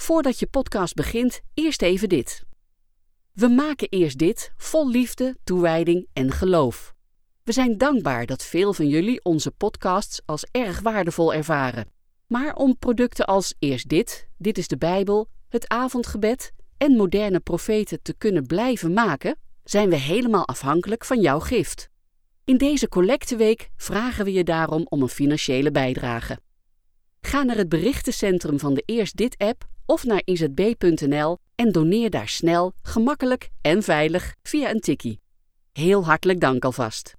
Voordat je podcast begint, eerst even dit. We maken eerst dit vol liefde, toewijding en geloof. We zijn dankbaar dat veel van jullie onze podcasts als erg waardevol ervaren. Maar om producten als Eerst Dit is de Bijbel, het avondgebed en moderne profeten te kunnen blijven maken, zijn we helemaal afhankelijk van jouw gift. In deze collecteweek vragen we je daarom om een financiële bijdrage. Ga naar het berichtencentrum van de Eerst Dit-app of naar izb.nl en doneer daar snel, gemakkelijk en veilig via een tikkie. Heel hartelijk dank alvast.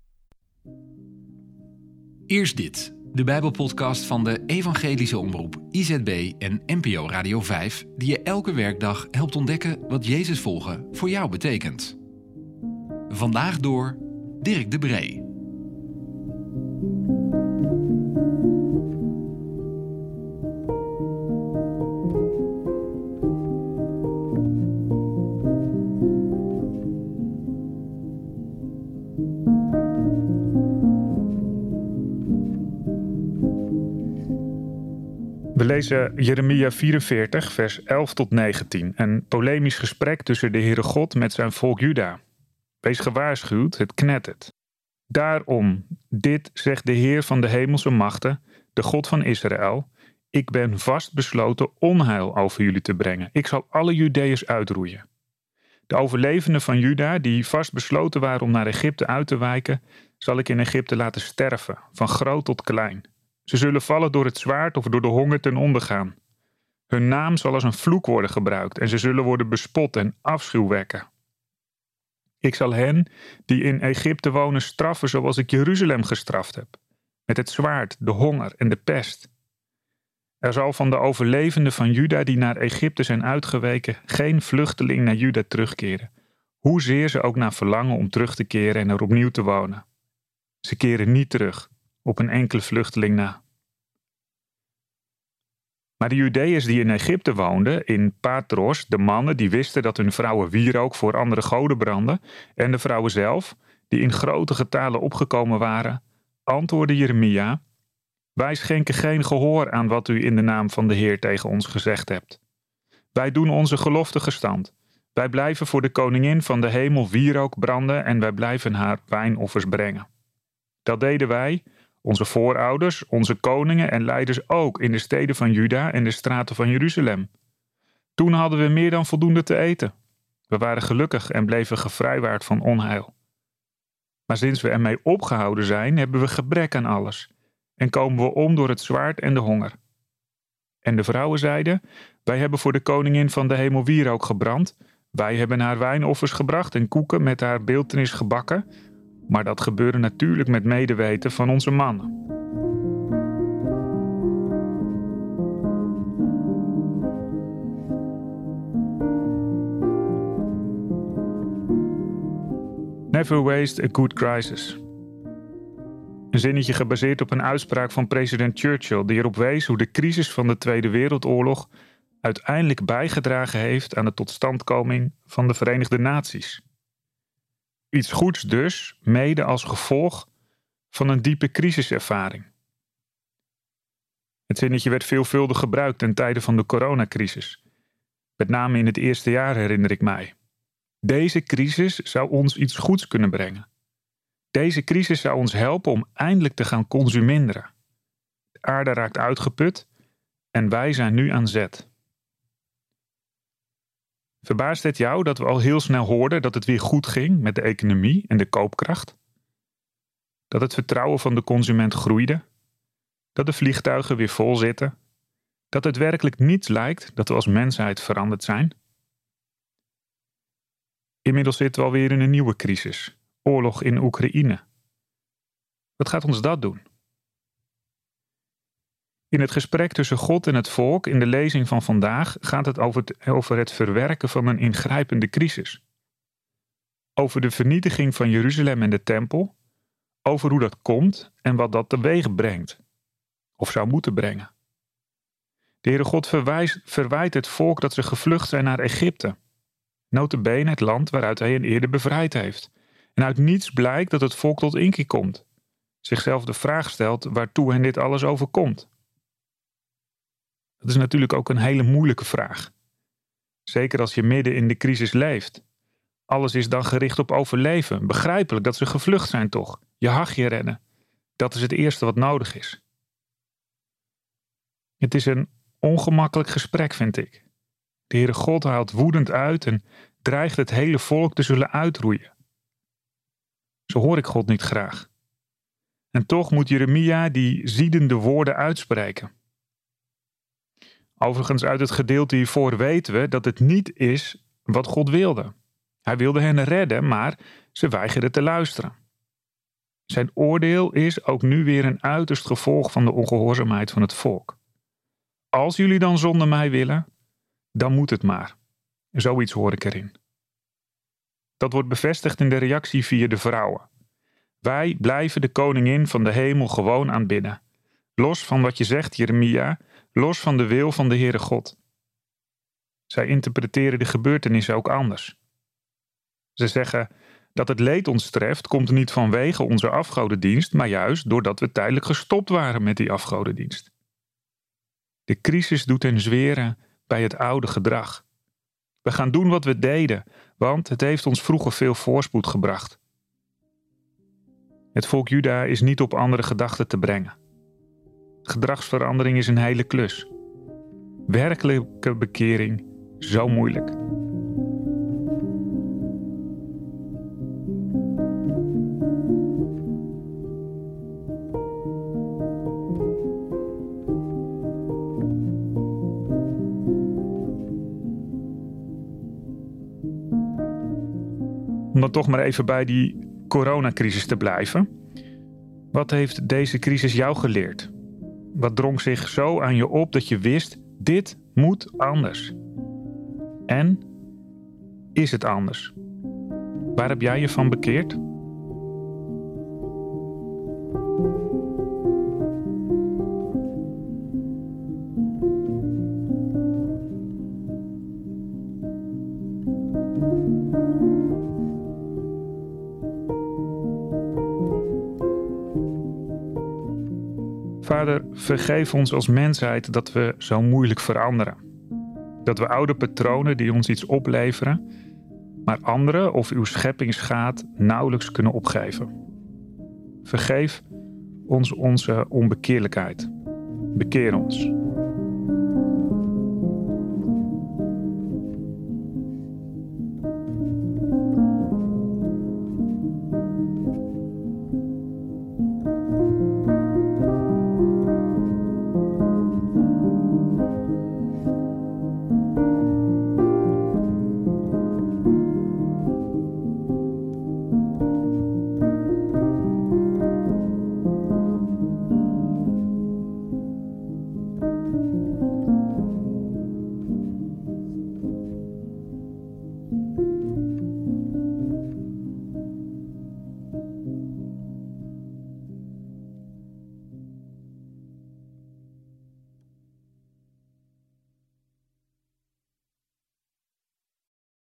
Eerst Dit, de Bijbelpodcast van de Evangelische Omroep, IZB en NPO Radio 5, die je elke werkdag helpt ontdekken wat Jezus volgen voor jou betekent. Vandaag door Dirk de Bree. We lezen Jeremia 44, vers 11 tot 19. Een polemisch gesprek tussen de Heere God met zijn volk Juda. Wees gewaarschuwd, het knettert. Daarom, dit zegt de Heer van de hemelse machten, de God van Israël. Ik ben vastbesloten onheil over jullie te brengen. Ik zal alle Judeërs uitroeien. De overlevenden van Juda, die vastbesloten waren om naar Egypte uit te wijken, zal ik in Egypte laten sterven, van groot tot klein. Ze zullen vallen door het zwaard of door de honger ten onder gaan. Hun naam zal als een vloek worden gebruikt en ze zullen worden bespot en afschuw wekken. Ik zal hen die in Egypte wonen straffen zoals ik Jeruzalem gestraft heb. Met het zwaard, de honger en de pest. Er zal van de overlevenden van Juda die naar Egypte zijn uitgeweken geen vluchteling naar Juda terugkeren. Hoezeer ze ook naar verlangen om terug te keren en er opnieuw te wonen. Ze keren niet terug. Op een enkele vluchteling na. Maar de Judeërs die in Egypte woonden, in Patros, de mannen die wisten dat hun vrouwen wierook voor andere goden brandden, en de vrouwen zelf, die in grote getalen opgekomen waren, antwoordde Jeremia: Wij schenken geen gehoor aan wat u in de naam van de Heer tegen ons gezegd hebt. Wij doen onze gelofte gestand. Wij blijven voor de koningin van de hemel wierook branden en wij blijven haar wijnoffers brengen. Dat deden wij, onze voorouders, onze koningen en leiders ook in de steden van Juda en de straten van Jeruzalem. Toen hadden we meer dan voldoende te eten. We waren gelukkig en bleven gevrijwaard van onheil. Maar sinds we ermee opgehouden zijn, hebben we gebrek aan alles en komen we om door het zwaard en de honger. En de vrouwen zeiden: Wij hebben voor de koningin van de hemel wierook gebrand, wij hebben haar wijnoffers gebracht en koeken met haar beeltenis gebakken. Maar dat gebeurde natuurlijk met medeweten van onze mannen. Never waste a good crisis. Een zinnetje gebaseerd op een uitspraak van president Churchill die erop wees hoe de crisis van de Tweede Wereldoorlog uiteindelijk bijgedragen heeft aan de totstandkoming van de Verenigde Naties. Iets goeds dus, mede als gevolg van een diepe crisiservaring. Het zinnetje werd veelvuldig gebruikt ten tijde van de coronacrisis. Met name in het eerste jaar herinner ik mij. Deze crisis zou ons iets goeds kunnen brengen. Deze crisis zou ons helpen om eindelijk te gaan consuminderen. De aarde raakt uitgeput en wij zijn nu aan zet. Verbaast het jou dat we al heel snel hoorden dat het weer goed ging met de economie en de koopkracht? Dat het vertrouwen van de consument groeide? Dat de vliegtuigen weer vol zitten? Dat het werkelijk niets lijkt dat we als mensheid veranderd zijn? Inmiddels zitten we alweer in een nieuwe crisis. Oorlog in Oekraïne. Wat gaat ons dat doen? In het gesprek tussen God en het volk in de lezing van vandaag gaat het over het verwerken van een ingrijpende crisis. Over de vernietiging van Jeruzalem en de tempel, over hoe dat komt en wat dat teweeg brengt, of zou moeten brengen. De Heere God verwijt het volk dat ze gevlucht zijn naar Egypte, nota bene het land waaruit hij hen eerder bevrijd heeft. En uit niets blijkt dat het volk tot inkeer komt, zichzelf de vraag stelt waartoe hen dit alles overkomt. Dat is natuurlijk ook een hele moeilijke vraag. Zeker als je midden in de crisis leeft. Alles is dan gericht op overleven. Begrijpelijk dat ze gevlucht zijn toch. Je hachje redden. Dat is het eerste wat nodig is. Het is een ongemakkelijk gesprek, vind ik. De Heere God haalt woedend uit en dreigt het hele volk te zullen uitroeien. Zo hoor ik God niet graag. En toch moet Jeremia die ziedende woorden uitspreken. Overigens uit het gedeelte hiervoor weten we dat het niet is wat God wilde. Hij wilde hen redden, maar ze weigerden te luisteren. Zijn oordeel is ook nu weer een uiterst gevolg van de ongehoorzaamheid van het volk. Als jullie dan zonder mij willen, dan moet het maar. Zoiets hoor ik erin. Dat wordt bevestigd in de reactie via de vrouwen. Wij blijven de koningin van de hemel gewoon aanbidden. Los van wat je zegt, Jeremia, los van de wil van de Heere God. Zij interpreteren de gebeurtenissen ook anders. Ze zeggen dat het leed ons treft, komt niet vanwege onze afgodendienst, maar juist doordat we tijdelijk gestopt waren met die afgodendienst. De crisis doet hen zweren bij het oude gedrag. We gaan doen wat we deden, want het heeft ons vroeger veel voorspoed gebracht. Het volk Juda is niet op andere gedachten te brengen. Gedragsverandering is een hele klus. Werkelijke bekering zo moeilijk. Om dan toch maar even bij die coronacrisis te blijven. Wat heeft deze crisis jou geleerd? Wat drong zich zo aan je op dat je wist, dit moet anders? En is het anders? Waar heb jij je van bekeerd? Vader, vergeef ons als mensheid dat we zo moeilijk veranderen. Dat we oude patronen die ons iets opleveren, maar anderen of uw scheppingsgaat nauwelijks kunnen opgeven. Vergeef ons onze onbekeerlijkheid. Bekeer ons.